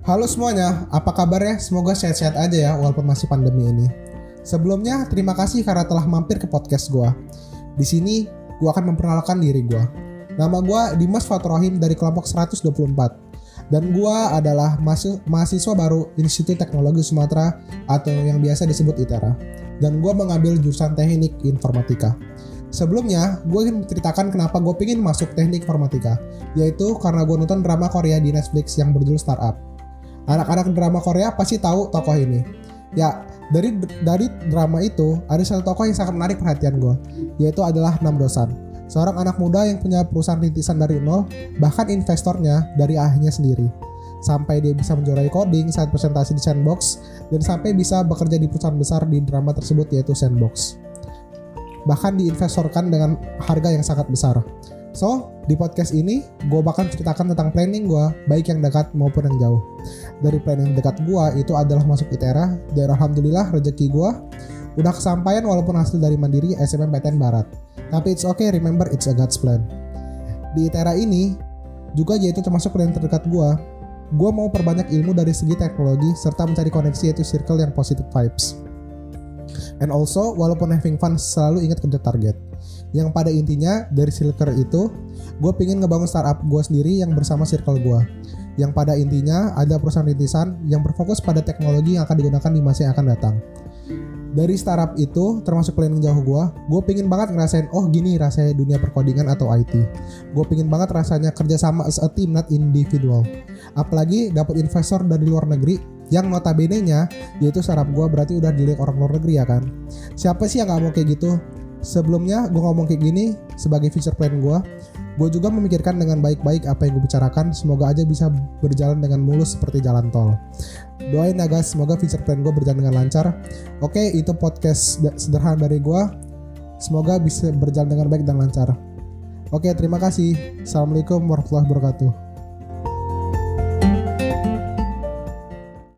Halo semuanya, apa kabarnya? Semoga sehat-sehat aja ya walaupun masih pandemi ini. Sebelumnya, terima kasih karena telah mampir ke podcast gue. Di sini, gue akan memperkenalkan diri gue. Nama gue Dimas Fatur Rahim dari kelompok 124. Dan gue adalah mahasiswa baru Institut Teknologi Sumatera atau yang biasa disebut ITERA. Dan gue mengambil jurusan Teknik Informatika. Sebelumnya, gue ingin menceritakan kenapa gue pengen masuk Teknik Informatika, yaitu karena gue nonton drama Korea di Netflix yang berjudul Startup. Anak-anak drama Korea pasti tahu tokoh ini. Ya, dari drama itu ada satu tokoh yang sangat menarik perhatian gue, yaitu adalah Nam Do-san. Seorang anak muda yang punya perusahaan rintisan dari nol, bahkan investornya dari ayahnya sendiri. Sampai dia bisa menjuarai coding saat presentasi di Sandbox, dan sampai bisa bekerja di perusahaan besar di drama tersebut yaitu Sandbox. Bahkan diinvestorkan dengan harga yang sangat besar. So, di podcast ini, gue bakal ceritakan tentang planning gue, baik yang dekat maupun yang jauh. Dari planning dekat gue, itu adalah masuk ITERA, dan alhamdulillah rezeki gue udah kesampaian walaupun hasil dari Mandiri SNMPTN Barat. Tapi it's okay, remember it's a God's plan. Di ITERA ini, juga yaitu termasuk plan terdekat gue mau perbanyak ilmu dari segi teknologi, serta mencari koneksi yaitu circle yang positive vibes. And also, walaupun having fun, selalu ingat kerja target. Yang pada intinya, dari circle itu, gue pengen ngebangun startup gue sendiri yang bersama circle gue. Yang pada intinya, ada perusahaan rintisan yang berfokus pada teknologi yang akan digunakan di masa yang akan datang. Dari startup itu, termasuk planning jauh gue pengen banget ngerasain, oh gini rasanya dunia perkodingan atau IT. Gue pengen banget rasanya kerja sama as a team, not individual. Apalagi dapat investor dari luar negeri, yang notabene-nya, yaitu startup gue berarti udah dilihat orang luar negeri ya kan. Siapa sih yang gak mau kayak gitu? Sebelumnya gue ngomong kayak gini sebagai future plan gue juga memikirkan dengan baik-baik apa yang gue bicarakan, semoga aja bisa berjalan dengan mulus seperti jalan tol. Doain ya guys, semoga future plan gue berjalan dengan lancar. Oke, itu podcast sederhana dari gue, semoga bisa berjalan dengan baik dan lancar. Oke, terima kasih. Assalamualaikum warahmatullahi wabarakatuh.